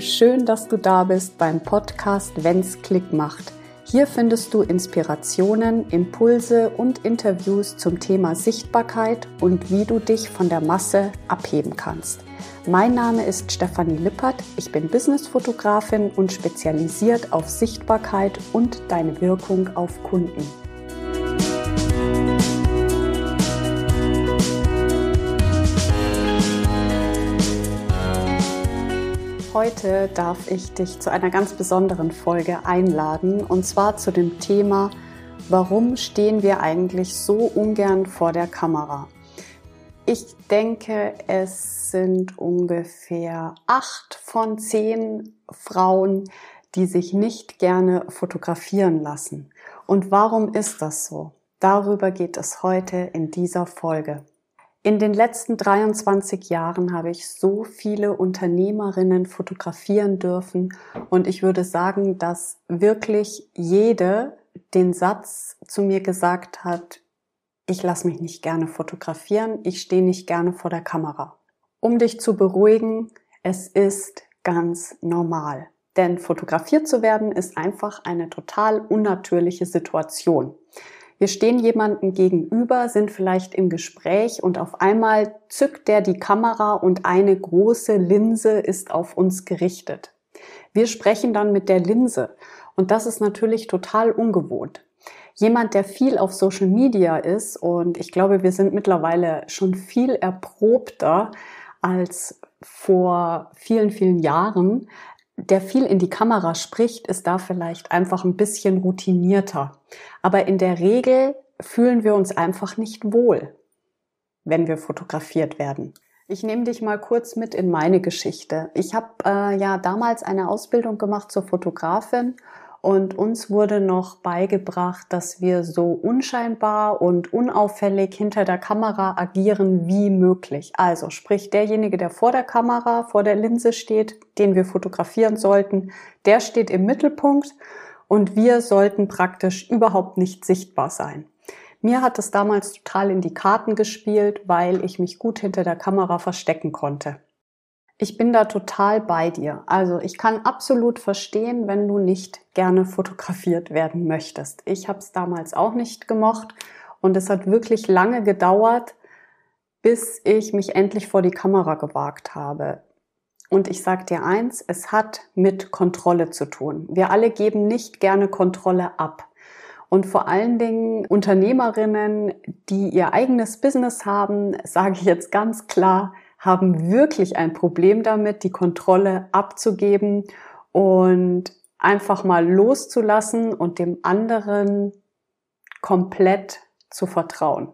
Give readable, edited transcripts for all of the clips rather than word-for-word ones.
schön, dass du da bist beim Podcast Wenn's Klick macht. Hier findest du Inspirationen, Impulse und Interviews zum Thema Sichtbarkeit und wie du dich von der Masse abheben kannst. Mein Name ist Stefanie Lippert, ich bin Businessfotografin und spezialisiert auf Sichtbarkeit und deine Wirkung auf Kunden. Heute darf ich dich zu einer ganz besonderen Folge einladen, und zwar zu dem Thema: Warum stehen wir eigentlich so ungern vor der Kamera? Ich denke, es sind ungefähr 8 von 10 Frauen, die sich nicht gerne fotografieren lassen. Und warum ist das so? Darüber geht es heute in dieser Folge. In den letzten 23 Jahren habe ich so viele Unternehmerinnen fotografieren dürfen, und ich würde sagen, dass wirklich jede den Satz zu mir gesagt hat: Ich lasse mich nicht gerne fotografieren, ich stehe nicht gerne vor der Kamera. Um dich zu beruhigen, es ist ganz normal. Denn fotografiert zu werden ist einfach eine total unnatürliche Situation. Wir stehen jemandem gegenüber, sind vielleicht im Gespräch und auf einmal zückt der die Kamera und eine große Linse ist auf uns gerichtet. Wir sprechen dann mit der Linse und das ist natürlich total ungewohnt. Jemand, der viel auf Social Media ist, und ich glaube, wir sind mittlerweile schon viel erprobter als vor vielen, vielen Jahren, der viel in die Kamera spricht, ist da vielleicht einfach ein bisschen routinierter. Aber in der Regel fühlen wir uns einfach nicht wohl, wenn wir fotografiert werden. Ich nehme dich mal kurz mit in meine Geschichte. Ich habe damals eine Ausbildung gemacht zur Fotografin, und uns wurde noch beigebracht, dass wir so unscheinbar und unauffällig hinter der Kamera agieren wie möglich. Also sprich, derjenige, der vor der Kamera, vor der Linse steht, den wir fotografieren sollten, der steht im Mittelpunkt und wir sollten praktisch überhaupt nicht sichtbar sein. Mir hat es damals total in die Karten gespielt, weil ich mich gut hinter der Kamera verstecken konnte. Ich bin da total bei dir. Also ich kann absolut verstehen, wenn du nicht gerne fotografiert werden möchtest. Ich habe es damals auch nicht gemocht und es hat wirklich lange gedauert, bis ich mich endlich vor die Kamera gewagt habe. Und ich sage dir eins, es hat mit Kontrolle zu tun. Wir alle geben nicht gerne Kontrolle ab. Und vor allen Dingen Unternehmerinnen, die ihr eigenes Business haben, sage ich jetzt ganz klar, haben wirklich ein Problem damit, die Kontrolle abzugeben und einfach mal loszulassen und dem anderen komplett zu vertrauen.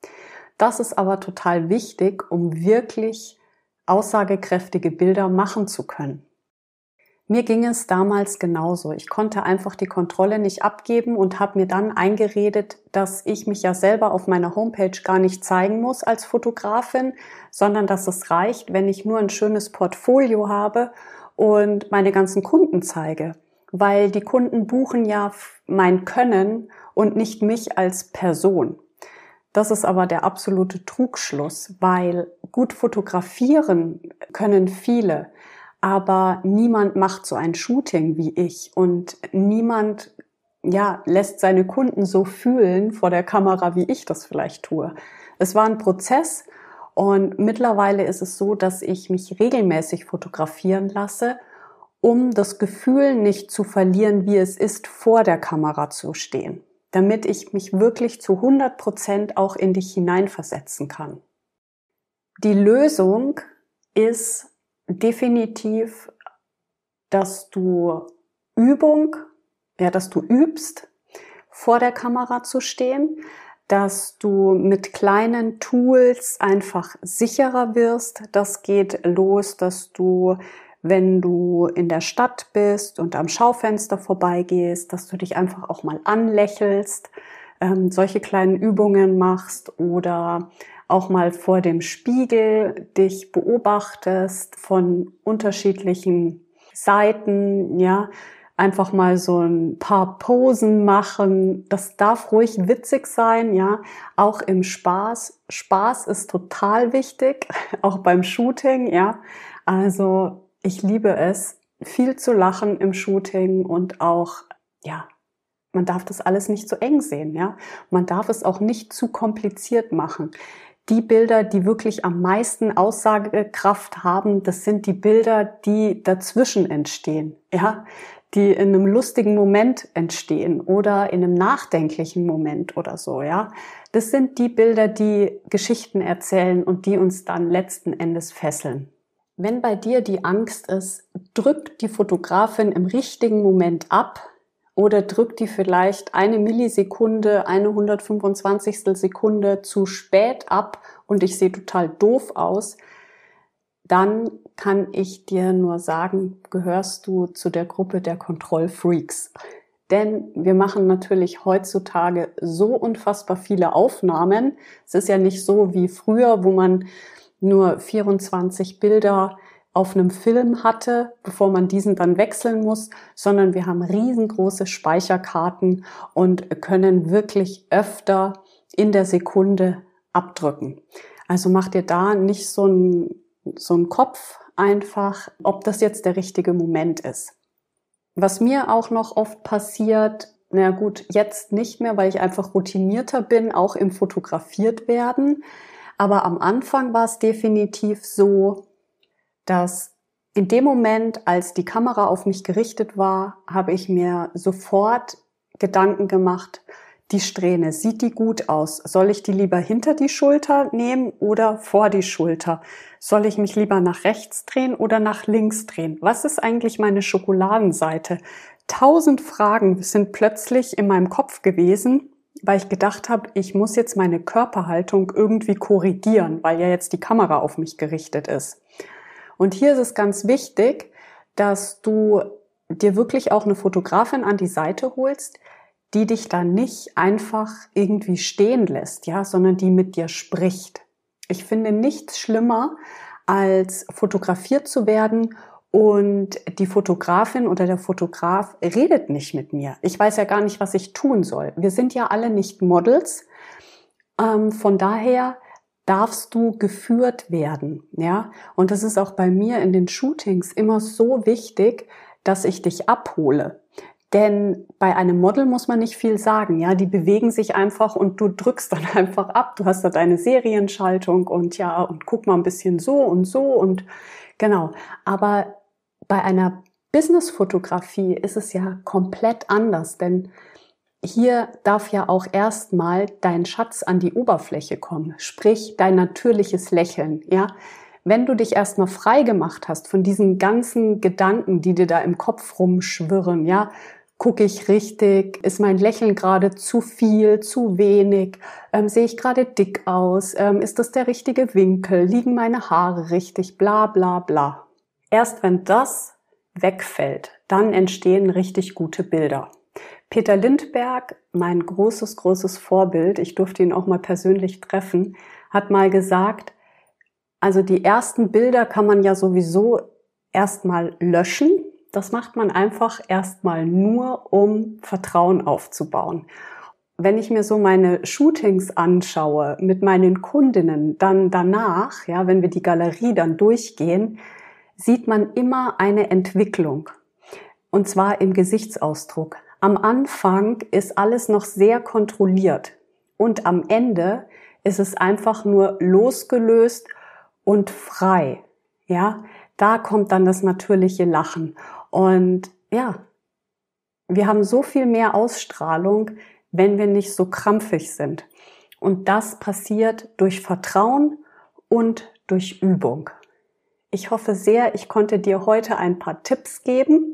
Das ist aber total wichtig, um wirklich aussagekräftige Bilder machen zu können. Mir ging es damals genauso. Ich konnte einfach die Kontrolle nicht abgeben und habe mir dann eingeredet, dass ich mich ja selber auf meiner Homepage gar nicht zeigen muss als Fotografin, sondern dass es reicht, wenn ich nur ein schönes Portfolio habe und meine ganzen Kunden zeige. Weil die Kunden buchen ja mein Können und nicht mich als Person. Das ist aber der absolute Trugschluss, weil gut fotografieren können viele. Aber niemand macht so ein Shooting wie ich und niemand lässt seine Kunden so fühlen vor der Kamera, wie ich das vielleicht tue. Es war ein Prozess und mittlerweile ist es so, dass ich mich regelmäßig fotografieren lasse, um das Gefühl nicht zu verlieren, wie es ist, vor der Kamera zu stehen, damit ich mich wirklich zu 100% auch in dich hineinversetzen kann. Die Lösung ist definitiv, dass du übst, vor der Kamera zu stehen, dass du mit kleinen Tools einfach sicherer wirst. Das geht los, dass du, wenn du in der Stadt bist und am Schaufenster vorbeigehst, dass du dich einfach auch mal anlächelst, solche kleinen Übungen machst oder auch mal vor dem Spiegel dich beobachtest von unterschiedlichen Seiten, einfach mal so ein paar Posen machen. Das darf ruhig witzig sein, auch im Spaß. Spaß ist total wichtig, auch beim Shooting, Also ich liebe es, viel zu lachen im Shooting und auch, ja, man darf das alles nicht zu eng sehen, ja. Man darf es auch nicht zu kompliziert machen. Die Bilder, die wirklich am meisten Aussagekraft haben, das sind die Bilder, die dazwischen entstehen, ja, die in einem lustigen Moment entstehen oder in einem nachdenklichen Moment oder so, ja. Das sind die Bilder, die Geschichten erzählen und die uns dann letzten Endes fesseln. Wenn bei dir die Angst ist, drückt die Fotografin im richtigen Moment ab oder drückt die vielleicht eine Millisekunde, eine 125. Sekunde zu spät ab und ich sehe total doof aus, dann kann ich dir nur sagen, gehörst du zu der Gruppe der Kontrollfreaks. Denn wir machen natürlich heutzutage so unfassbar viele Aufnahmen. Es ist ja nicht so wie früher, wo man nur 24 Bilder auf einem Film hatte, bevor man diesen dann wechseln muss, sondern wir haben riesengroße Speicherkarten und können wirklich öfter in der Sekunde abdrücken. Also mach dir da nicht so einen Kopf einfach, ob das jetzt der richtige Moment ist. Was mir auch noch oft passiert, na gut, jetzt nicht mehr, weil ich einfach routinierter bin, auch im Fotografiert werden. Aber am Anfang war es definitiv so, dass in dem Moment, als die Kamera auf mich gerichtet war, habe ich mir sofort Gedanken gemacht, die Strähne, sieht die gut aus? Soll ich die lieber hinter die Schulter nehmen oder vor die Schulter? Soll ich mich lieber nach rechts drehen oder nach links drehen? Was ist eigentlich meine Schokoladenseite? 1000 Fragen sind plötzlich in meinem Kopf gewesen, weil ich gedacht habe, ich muss jetzt meine Körperhaltung irgendwie korrigieren, weil ja jetzt die Kamera auf mich gerichtet ist. Und hier ist es ganz wichtig, dass du dir wirklich auch eine Fotografin an die Seite holst, die dich dann nicht einfach irgendwie stehen lässt, ja, sondern die mit dir spricht. Ich finde nichts schlimmer, als fotografiert zu werden und die Fotografin oder der Fotograf redet nicht mit mir. Ich weiß ja gar nicht, was ich tun soll. Wir sind ja alle nicht Models. Von daher darfst du geführt werden, ja. Und das ist auch bei mir in den Shootings immer so wichtig, dass ich dich abhole. Denn bei einem Model muss man nicht viel sagen, ja, die bewegen sich einfach und du drückst dann einfach ab. Du hast da deine Serienschaltung und ja, und guck mal ein bisschen so und genau. Aber bei einer Business-Fotografie ist es ja komplett anders, denn hier darf ja auch erstmal dein Schatz an die Oberfläche kommen, sprich dein natürliches Lächeln, ja. Wenn du dich erstmal frei gemacht hast von diesen ganzen Gedanken, die dir da im Kopf rumschwirren, ja, gucke ich richtig, ist mein Lächeln gerade zu viel, zu wenig, sehe ich gerade dick aus, ist das der richtige Winkel, liegen meine Haare richtig, bla bla bla. Erst wenn das wegfällt, dann entstehen richtig gute Bilder. Peter Lindbergh, mein großes Vorbild, ich durfte ihn auch mal persönlich treffen, hat mal gesagt, also die ersten Bilder kann man ja sowieso erstmal löschen. Das macht man einfach erstmal nur, um Vertrauen aufzubauen. Wenn ich mir so meine Shootings anschaue mit meinen Kundinnen, dann danach, ja, wenn wir die Galerie dann durchgehen, sieht man immer eine Entwicklung. Und zwar im Gesichtsausdruck. Am Anfang ist alles noch sehr kontrolliert und am Ende ist es einfach nur losgelöst und frei. Ja, da kommt dann das natürliche Lachen. Und ja, wir haben so viel mehr Ausstrahlung, wenn wir nicht so krampfig sind. Und das passiert durch Vertrauen und durch Übung. Ich hoffe sehr, ich konnte dir heute ein paar Tipps geben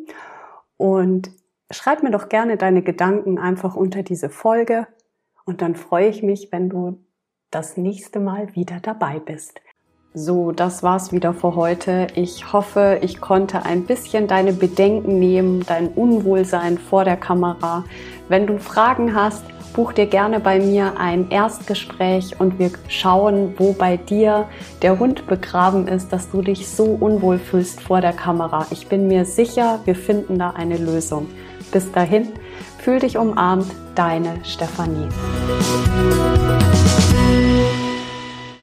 und schreib mir doch gerne deine Gedanken einfach unter diese Folge und dann freue ich mich, wenn du das nächste Mal wieder dabei bist. So, das war's wieder für heute. Ich hoffe, ich konnte ein bisschen deine Bedenken nehmen, dein Unwohlsein vor der Kamera. Wenn du Fragen hast, buch dir gerne bei mir ein Erstgespräch und wir schauen, wo bei dir der Hund begraben ist, dass du dich so unwohl fühlst vor der Kamera. Ich bin mir sicher, wir finden da eine Lösung. Bis dahin, fühl dich umarmt, deine Stefanie.